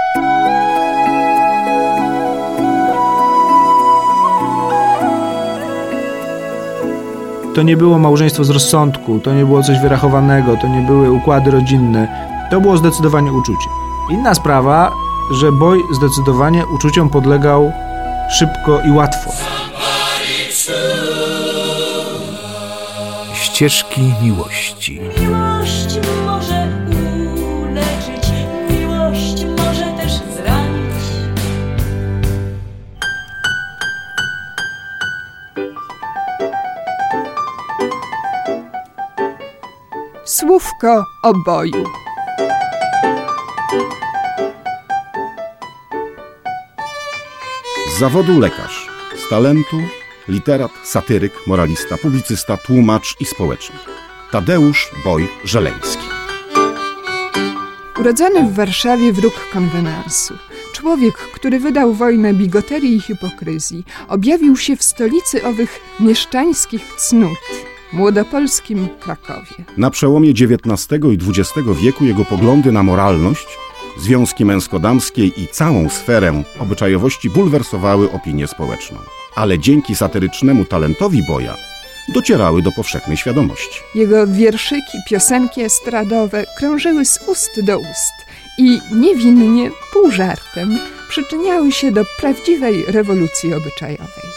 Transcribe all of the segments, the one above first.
To nie było małżeństwo z rozsądku, to nie było coś wyrachowanego, to nie były układy rodzinne. To było zdecydowanie uczucie. Inna sprawa, że Boy zdecydowanie uczuciom podlegał szybko i łatwo. Ścieżki miłości. Miłość może uleczyć, miłość może też zranić. Słówko o boju. Z zawodu lekarz, z talentu literat, satyryk, moralista, publicysta, tłumacz i społecznik. Tadeusz Boy Żeleński. Urodzony w Warszawie wróg konwenansu. Człowiek, który wydał wojnę bigoterii i hipokryzji, objawił się w stolicy owych mieszczańskich cnót, młodopolskim Krakowie. Na przełomie XIX i XX wieku jego poglądy na moralność, związki męsko-damskie i całą sferę obyczajowości bulwersowały opinię społeczną. Ale dzięki satyrycznemu talentowi Boya docierały do powszechnej świadomości. Jego wierszyki, piosenki estradowe krążyły z ust do ust i niewinnie, pół żartem przyczyniały się do prawdziwej rewolucji obyczajowej.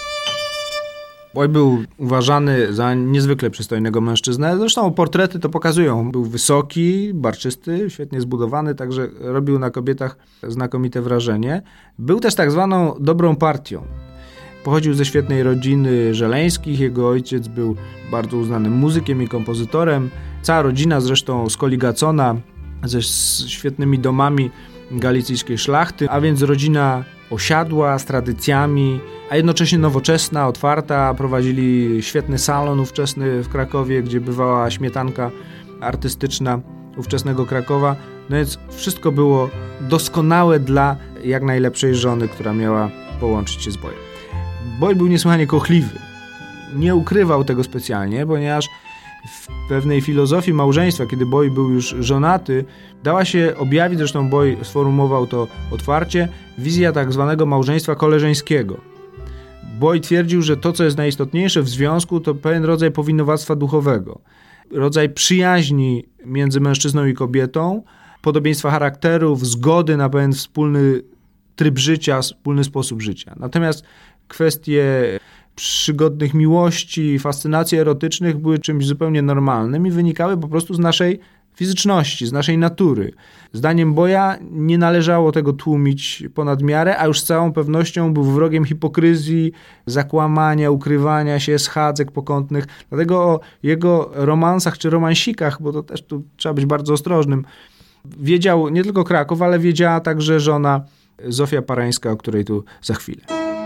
Boy był uważany za niezwykle przystojnego mężczyznę. Zresztą portrety to pokazują. Był wysoki, barczysty, świetnie zbudowany, także robił na kobietach znakomite wrażenie. Był też tak zwaną dobrą partią. Pochodził ze świetnej rodziny Żeleńskich. Jego ojciec był bardzo uznanym muzykiem i kompozytorem. Cała rodzina zresztą skoligacona ze świetnymi domami galicyjskiej szlachty, a więc rodzina osiadła, z tradycjami, a jednocześnie nowoczesna, otwarta. Prowadzili świetny salon ówczesny w Krakowie, gdzie bywała śmietanka artystyczna ówczesnego Krakowa. No więc wszystko było doskonałe dla jak najlepszej żony, która miała połączyć się z Boyem. Boy był niesłychanie kochliwy. Nie ukrywał tego specjalnie, ponieważ w pewnej filozofii małżeństwa, kiedy Boy był już żonaty, dała się objawić, zresztą Boy sformułował to otwarcie, wizja tak zwanego małżeństwa koleżeńskiego. Boy twierdził, że to, co jest najistotniejsze w związku, to pewien rodzaj powinowactwa duchowego, rodzaj przyjaźni między mężczyzną i kobietą, podobieństwa charakterów, zgody na pewien wspólny tryb życia, wspólny sposób życia. Natomiast kwestie przygodnych miłości, fascynacji erotycznych były czymś zupełnie normalnym i wynikały po prostu z naszej fizyczności, z naszej natury. Zdaniem Boya nie należało tego tłumić ponad miarę, a już z całą pewnością był wrogiem hipokryzji, zakłamania, ukrywania się, schadzek pokątnych. Dlatego o jego romansach czy romansikach, bo to też tu trzeba być bardzo ostrożnym, wiedział nie tylko Kraków, ale wiedziała także żona Zofia Parańska, o której tu za chwilę.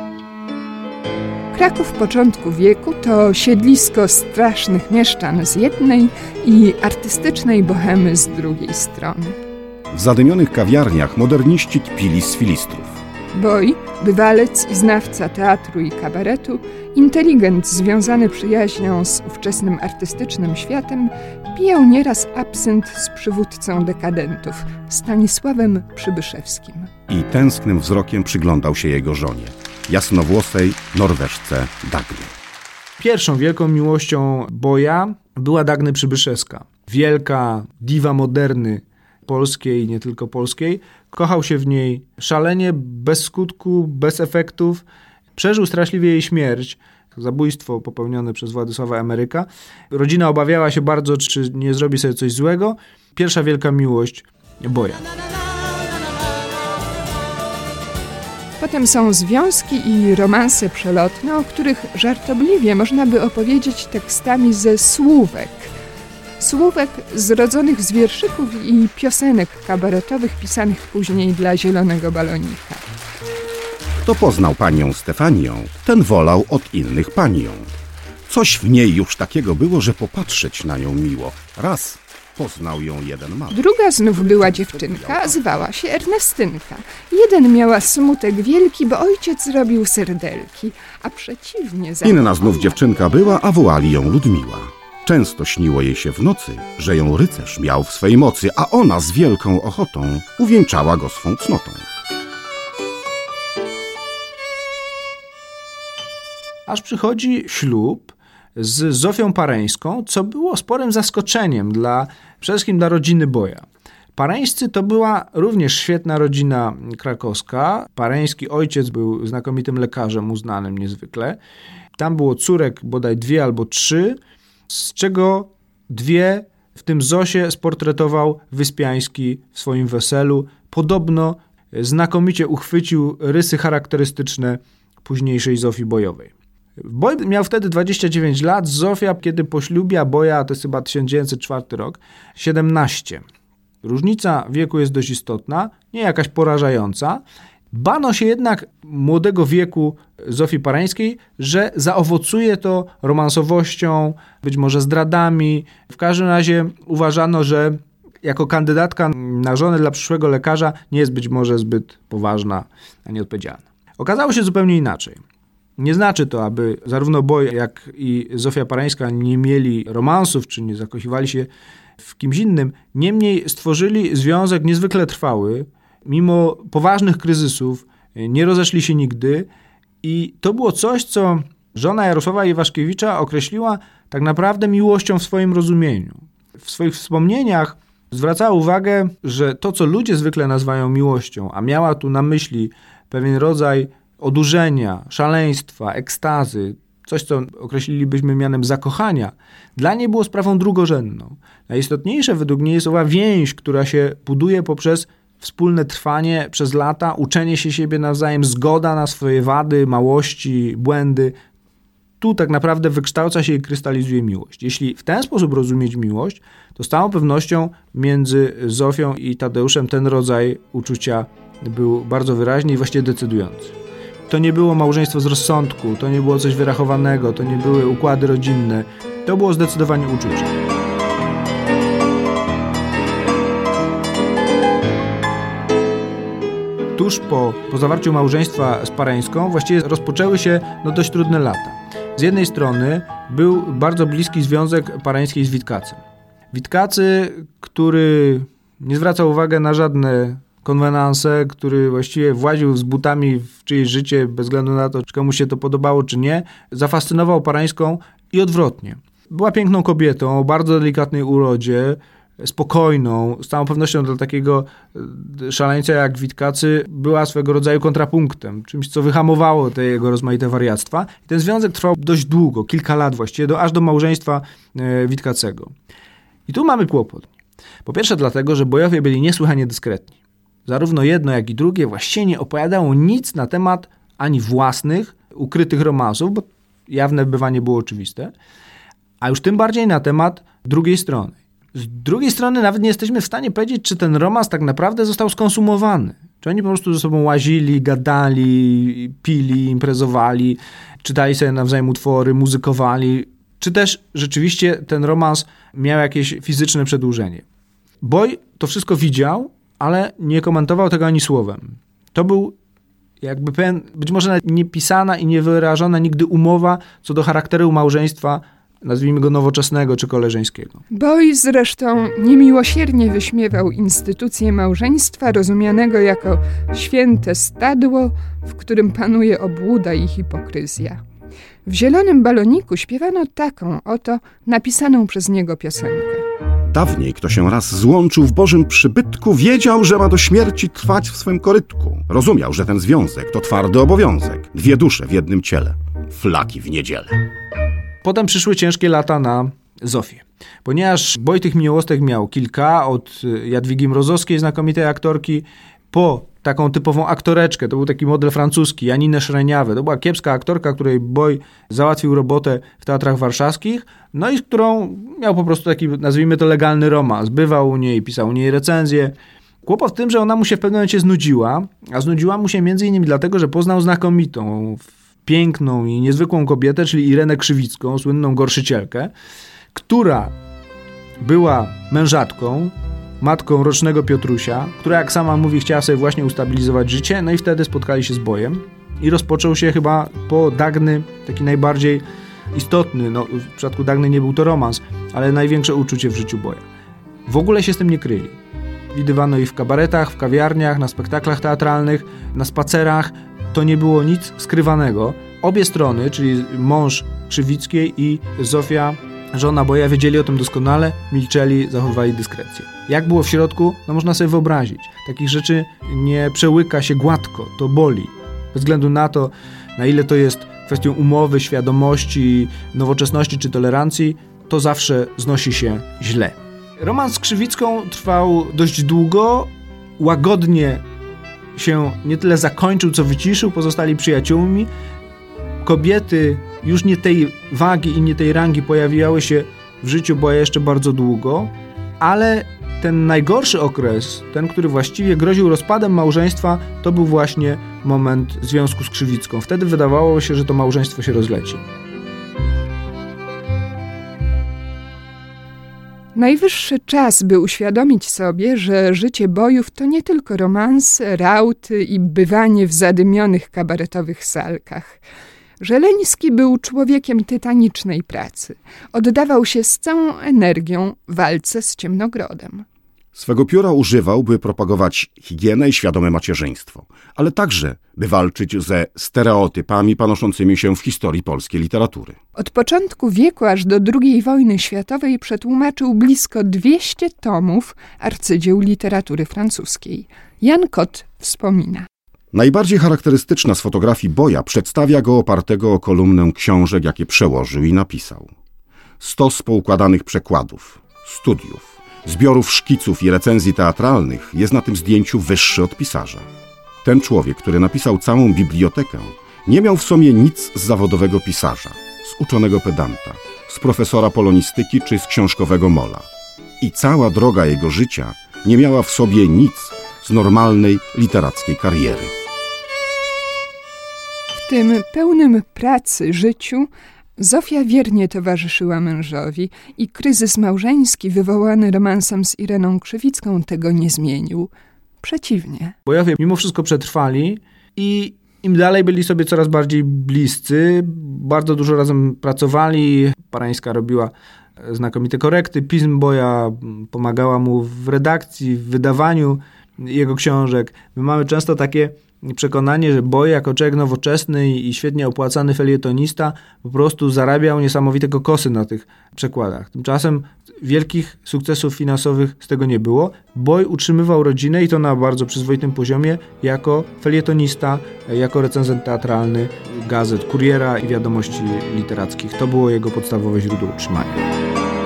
Kraków początku wieku to siedlisko strasznych mieszczan z jednej i artystycznej bohemy z drugiej strony. W zadymionych kawiarniach moderniści kpili z filistrów. Boy, bywalec i znawca teatru i kabaretu, inteligent związany przyjaźnią z ówczesnym artystycznym światem, pijał nieraz absynt z przywódcą dekadentów, Stanisławem Przybyszewskim. I tęsknym wzrokiem przyglądał się jego żonie, jasnowłosej Norweżce Dagny. Pierwszą wielką miłością Boya była Dagny Przybyszewska. Wielka diwa moderny polskiej i nie tylko polskiej. Kochał się w niej szalenie, bez skutku, bez efektów. Przeżył straszliwie jej śmierć, zabójstwo popełnione przez Władysława Emeryka. Rodzina obawiała się bardzo, czy nie zrobi sobie coś złego. Pierwsza wielka miłość Boya. Potem są związki i romanse przelotne, o których żartobliwie można by opowiedzieć tekstami ze słówek. Słówek zrodzonych z wierszyków i piosenek kabaretowych pisanych później dla Zielonego Balonika. Kto poznał panią Stefanią, ten wolał od innych panią. Coś w niej już takiego było, że popatrzeć na nią miło. Raz poznał ją jeden mały. Druga znów była dziewczynka, zwała się Ernestynka. Jeden miała smutek wielki, bo ojciec zrobił serdelki, a przeciwnie... Inna znów dziewczynka była, a wołali ją Ludmiła. Często śniło jej się w nocy, że ją rycerz miał w swej mocy, a ona z wielką ochotą uwieńczała go swą cnotą. aż przychodzi ślub z Zofią Pareńską, co było sporym zaskoczeniem przede wszystkim dla rodziny Boja. Pareńscy to była również świetna rodzina krakowska. Pareński ojciec był znakomitym lekarzem, uznanym niezwykle. Tam było córek bodaj 2 albo 3, z czego 2 w tym Zosie sportretował Wyspiański w swoim weselu. Podobno znakomicie uchwycił rysy charakterystyczne późniejszej Zofii Bojowej. Boj miał wtedy 29 lat, Zofia, kiedy poślubia Boja, to jest chyba 1904 rok, 17. Różnica wieku jest dość istotna, nie jakaś porażająca. Bano się jednak młodego wieku Zofii Pareńskiej, że zaowocuje to romansowością, być może zdradami. W każdym razie uważano, że jako kandydatka na żonę dla przyszłego lekarza nie jest być może zbyt poważna, a nieodpowiedzialna. Okazało się zupełnie inaczej. Nie znaczy to, aby zarówno Boj, jak i Zofia Pareńska nie mieli romansów, czy nie zakochiwali się w kimś innym. Niemniej stworzyli związek niezwykle trwały, mimo poważnych kryzysów, nie rozeszli się nigdy i to było coś, co żona Jarosława Iwaszkiewicza określiła tak naprawdę miłością w swoim rozumieniu. W swoich wspomnieniach zwracała uwagę, że to, co ludzie zwykle nazywają miłością, a miała tu na myśli pewien rodzaj odurzenia, szaleństwa, ekstazy, coś, co określilibyśmy mianem zakochania, dla niej było sprawą drugorzędną. Najistotniejsze według niej jest owa więź, która się buduje poprzez wspólne trwanie przez lata, uczenie się siebie nawzajem, zgoda na swoje wady, małości, błędy. Tu tak naprawdę wykształca się i krystalizuje miłość. Jeśli w ten sposób rozumieć miłość, to z całą pewnością między Zofią i Tadeuszem ten rodzaj uczucia był bardzo wyraźny i właściwie decydujący. To nie było małżeństwo z rozsądku, to nie było coś wyrachowanego, to nie były układy rodzinne. To było zdecydowanie uczucie. Tuż po zawarciu małżeństwa z Pareńską właściwie rozpoczęły się dość trudne lata. Z jednej strony był bardzo bliski związek Pareńskiej z Witkacym. Witkacy, który nie zwracał uwagi na żadne konwenanse, który właściwie właził z butami w czyjeś życie bez względu na to, czy komuś się to podobało, czy nie, zafascynował Pareńską i odwrotnie. Była piękną kobietą o bardzo delikatnej urodzie, spokojną, z całą pewnością dla takiego szaleńca jak Witkacy była swego rodzaju kontrapunktem, czymś, co wyhamowało te jego rozmaite wariactwa. I ten związek trwał dość długo, kilka lat właściwie, aż do małżeństwa Witkacego. I tu mamy kłopot. Po pierwsze dlatego, że Bojowie byli niesłychanie dyskretni. Zarówno jedno, jak i drugie właściwie nie opowiadało nic na temat ani własnych, ukrytych romansów, bo jawne bywanie było oczywiste, a już tym bardziej na temat drugiej strony. Z drugiej strony nawet nie jesteśmy w stanie powiedzieć, czy ten romans tak naprawdę został skonsumowany. Czy oni po prostu ze sobą łazili, gadali, pili, imprezowali, czytali sobie nawzajem utwory, muzykowali, czy też rzeczywiście ten romans miał jakieś fizyczne przedłużenie. Boj to wszystko widział, ale nie komentował tego ani słowem. To był jakby pewien, być może nawet niepisana i niewyrażona nigdy umowa co do charakteru małżeństwa, nazwijmy go nowoczesnego czy koleżeńskiego. Boj zresztą niemiłosiernie wyśmiewał instytucję małżeństwa rozumianego jako święte stadło, w którym panuje obłuda i hipokryzja. W Zielonym baloniku śpiewano taką oto napisaną przez niego piosenkę. Dawniej, kto się raz złączył w Bożym przybytku, wiedział, że ma do śmierci trwać w swym korytku. Rozumiał, że ten związek to twardy obowiązek. 2 dusze w jednym ciele. Flaki w niedzielę. Potem przyszły ciężkie lata na Zofię. Ponieważ Boj tych miłostek miał kilka, od Jadwigi Mrozowskiej, znakomitej aktorki, po taką typową aktoreczkę, to był taki model francuski, Janinę Szreniawę. To była kiepska aktorka, której Boj załatwił robotę w teatrach warszawskich, no i z którą miał po prostu taki, nazwijmy to, legalny romans. Bywał u niej, pisał u niej recenzje. Kłopot w tym, że ona mu się w pewnym momencie znudziła, a znudziła mu się między innymi dlatego, że poznał znakomitą, piękną i niezwykłą kobietę, czyli Irenę Krzywicką, słynną gorszycielkę, która była mężatką, matką rocznego Piotrusia, która, jak sama mówi, chciała sobie właśnie ustabilizować życie, no i wtedy spotkali się z Bojem i rozpoczął się chyba po Dagny taki najbardziej istotny, no w przypadku Dagny nie był to romans, ale największe uczucie w życiu Boja. W ogóle się z tym nie kryli. Widywano ich w kabaretach, w kawiarniach, na spektaklach teatralnych, na spacerach. To nie było nic skrywanego. obie strony, czyli mąż Krzywickiej i Zofia, żona Boja, wiedzieli o tym doskonale, milczeli, zachowywali dyskrecję. Jak było w środku? No można sobie wyobrazić. Takich rzeczy nie przełyka się gładko, to boli. Bez względu na to, na ile to jest kwestią umowy, świadomości, nowoczesności czy tolerancji, to zawsze znosi się źle. Romans z Krzywicką trwał dość długo, łagodnie się nie tyle zakończył, co wyciszył, pozostali przyjaciółmi. Kobiety już nie tej wagi i nie tej rangi pojawiały się w życiu Boja jeszcze bardzo długo, ale ten najgorszy okres, ten, który właściwie groził rozpadem małżeństwa, to był właśnie moment związku z Krzywicką. Wtedy wydawało się, że to małżeństwo się rozleci. Najwyższy czas, by uświadomić sobie, że życie Bojów to nie tylko romanse, rauty i bywanie w zadymionych kabaretowych salkach. Żeleński był człowiekiem tytanicznej pracy. Oddawał się z całą energią walce z ciemnogrodem. Swego pióra używał, by propagować higienę i świadome macierzyństwo, ale także, by walczyć ze stereotypami panoszącymi się w historii polskiej literatury. Od początku wieku aż do II wojny światowej przetłumaczył blisko 200 tomów arcydzieł literatury francuskiej. Jan Kot wspomina. Najbardziej charakterystyczna z fotografii Boja przedstawia go opartego o kolumnę książek, jakie przełożył i napisał. Stos poukładanych przekładów, studiów, zbiorów szkiców i recenzji teatralnych jest na tym zdjęciu wyższy od pisarza. Ten człowiek, który napisał całą bibliotekę, nie miał w sobie nic z zawodowego pisarza, z uczonego pedanta, z profesora polonistyki czy z książkowego mola. I cała droga jego życia nie miała w sobie nic z normalnej literackiej kariery. W tym pełnym pracy życiu Zofia wiernie towarzyszyła mężowi i kryzys małżeński wywołany romansem z Ireną Krzywicką tego nie zmienił. Przeciwnie. Bojowie mimo wszystko przetrwali i im dalej byli sobie coraz bardziej bliscy. Bardzo dużo razem pracowali. Parańska robiła znakomite korekty pism Boja, pomagała mu w redakcji, w wydawaniu jego książek. My mamy często takie przekonanie, że Boj jako człowiek nowoczesny i świetnie opłacany felietonista po prostu zarabiał niesamowite kokosy na tych przekładach. Tymczasem wielkich sukcesów finansowych z tego nie było. Boj utrzymywał rodzinę i to na bardzo przyzwoitym poziomie jako felietonista, jako recenzent teatralny gazet Kuriera i Wiadomości Literackich. To było jego podstawowe źródło utrzymania.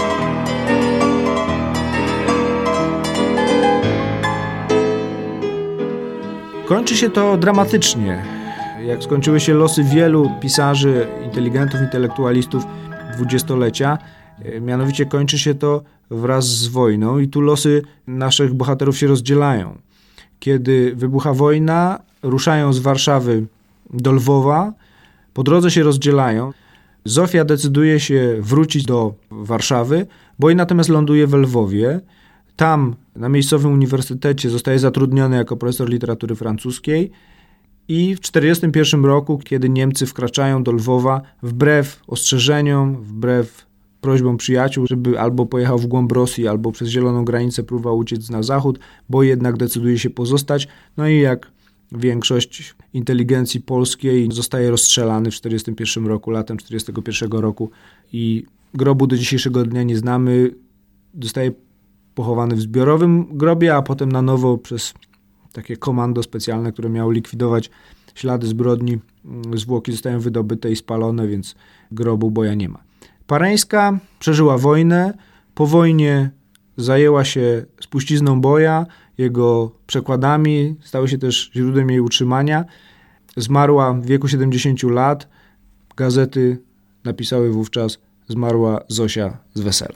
Kończy się to dramatycznie. Jak skończyły się losy wielu pisarzy, inteligentów, intelektualistów dwudziestolecia, mianowicie kończy się to wraz z wojną i tu losy naszych bohaterów się rozdzielają. Kiedy wybucha wojna, ruszają z Warszawy do Lwowa, po drodze się rozdzielają. Zofia decyduje się wrócić do Warszawy, Boj natomiast ląduje we Lwowie. Tam na miejscowym uniwersytecie zostaje zatrudniony jako profesor literatury francuskiej i w 1941 roku, kiedy Niemcy wkraczają do Lwowa, wbrew ostrzeżeniom, wbrew prośbom przyjaciół, żeby albo pojechał w głąb Rosji, albo przez zieloną granicę próbował uciec na zachód, bo jednak decyduje się pozostać. No i jak większość inteligencji polskiej zostaje rozstrzelany w 1941 roku, latem 1941 roku i grobu do dzisiejszego dnia nie znamy. Zostaje pochowany w zbiorowym grobie, a potem na nowo przez takie komando specjalne, które miało likwidować ślady zbrodni. Zwłoki zostają wydobyte i spalone, więc grobu Boja nie ma. Parańska przeżyła wojnę. Po wojnie zajęła się spuścizną Boja, jego przekładami, stały się też źródłem jej utrzymania. Zmarła w wieku 70 lat. Gazety napisały wówczas: zmarła Zosia z wesela.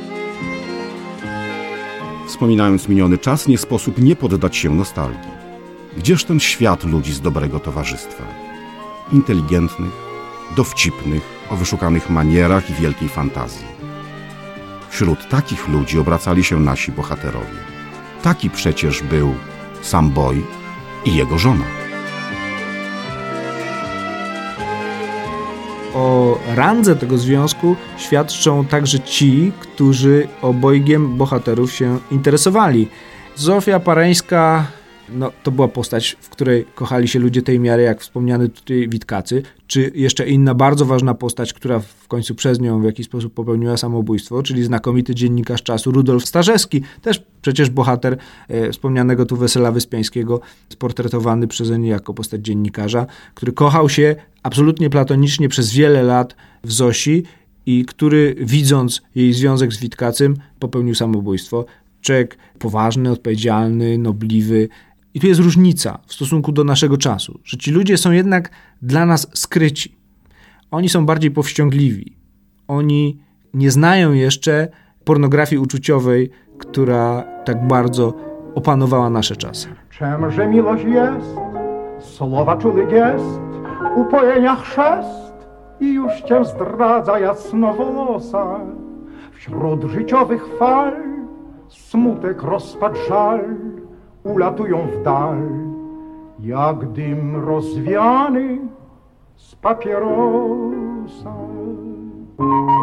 Wspominając miniony czas, nie sposób nie poddać się nostalgii. Gdzież ten świat ludzi z dobrego towarzystwa? Inteligentnych, dowcipnych, o wyszukanych manierach i wielkiej fantazji. Wśród takich ludzi obracali się nasi bohaterowie. Taki przecież był sam Boj i jego żona. O randze tego związku świadczą także ci, którzy obojgiem bohaterów się interesowali. Zofia Parańska No, to była postać, w której kochali się ludzie tej miary, jak wspomniany tutaj Witkacy, czy jeszcze inna bardzo ważna postać, która w końcu przez nią w jakiś sposób popełniła samobójstwo, czyli znakomity dziennikarz czasu Rudolf Starzewski, też przecież bohater wspomnianego tu Wesela Wyspiańskiego, sportretowany przeze mnie jako postać dziennikarza, który kochał się absolutnie platonicznie przez wiele lat w Zosi i który, widząc jej związek z Witkacym, popełnił samobójstwo. Człowiek poważny, odpowiedzialny, nobliwy. I tu jest różnica w stosunku do naszego czasu, że ci ludzie są jednak dla nas skryci. Oni są bardziej powściągliwi. Oni nie znają jeszcze pornografii uczuciowej, która tak bardzo opanowała nasze czasy. Czemże miłość jest? Słowa czuli gest, upojenia chrzest i już cię zdradza jasnowłosa. Wśród życiowych fal smutek, rozpacz, żal ulatują w dal, jak dym rozwiany z papierosa.